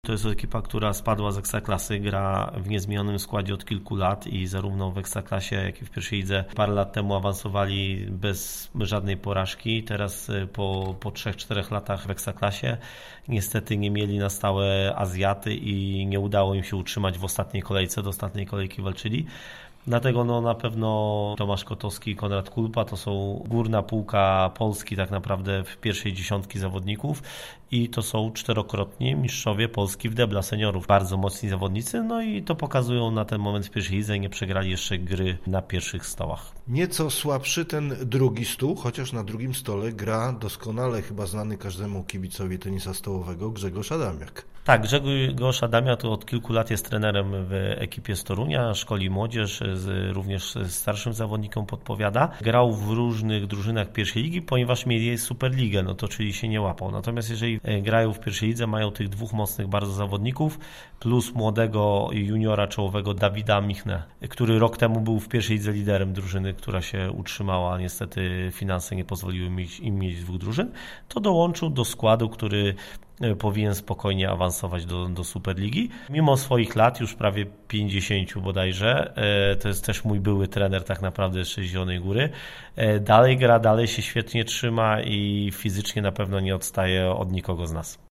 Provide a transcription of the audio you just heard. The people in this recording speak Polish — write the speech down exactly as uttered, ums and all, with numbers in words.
To jest ekipa, która spadła z Ekstraklasy, gra w niezmienionym składzie od kilku lat i zarówno w Ekstraklasie, jak i w pierwszej lidze parę lat temu awansowali bez żadnej porażki. Teraz po, po trzech czterech latach w Ekstraklasie niestety nie mieli na stałe Azjaty i nie udało im się utrzymać w ostatniej kolejce, do ostatniej kolejki walczyli. Dlatego no, na pewno Tomasz Kotowski i Konrad Kulpa to są górna półka Polski tak naprawdę w pierwszej dziesiątki zawodników i to są czterokrotni mistrzowie Polski w debla seniorów. Bardzo mocni zawodnicy, no i to pokazują na ten moment w pierwszej lidze i nie przegrali jeszcze gry na pierwszych stołach. Nieco słabszy ten drugi stół, chociaż na drugim stole gra doskonale chyba znany każdemu kibicowi tenisa stołowego Grzegorz Adamiak. Tak, Grzegorz Adamiak to od kilku lat jest trenerem w ekipie z Torunia, szkoli młodzież, z, również starszym zawodnikom podpowiada. Grał w różnych drużynach pierwszej ligi, ponieważ mieli Superligę, no to czyli się nie łapał. Natomiast jeżeli grają w pierwszej lidze, mają tych dwóch mocnych bardzo zawodników, plus młodego juniora czołowego Dawida Michnę, który rok temu był w pierwszej lidze liderem drużyny, która się utrzymała. Niestety finanse nie pozwoliły im mieć dwóch drużyn. To dołączył do składu, który powinien spokojnie awansować do, do Superligi. Mimo swoich lat, już prawie pięćdziesięciu bodajże, to jest też mój były trener tak naprawdę z Zielonej Góry, dalej gra, dalej się świetnie trzyma i fizycznie na pewno nie odstaje od nikogo z nas.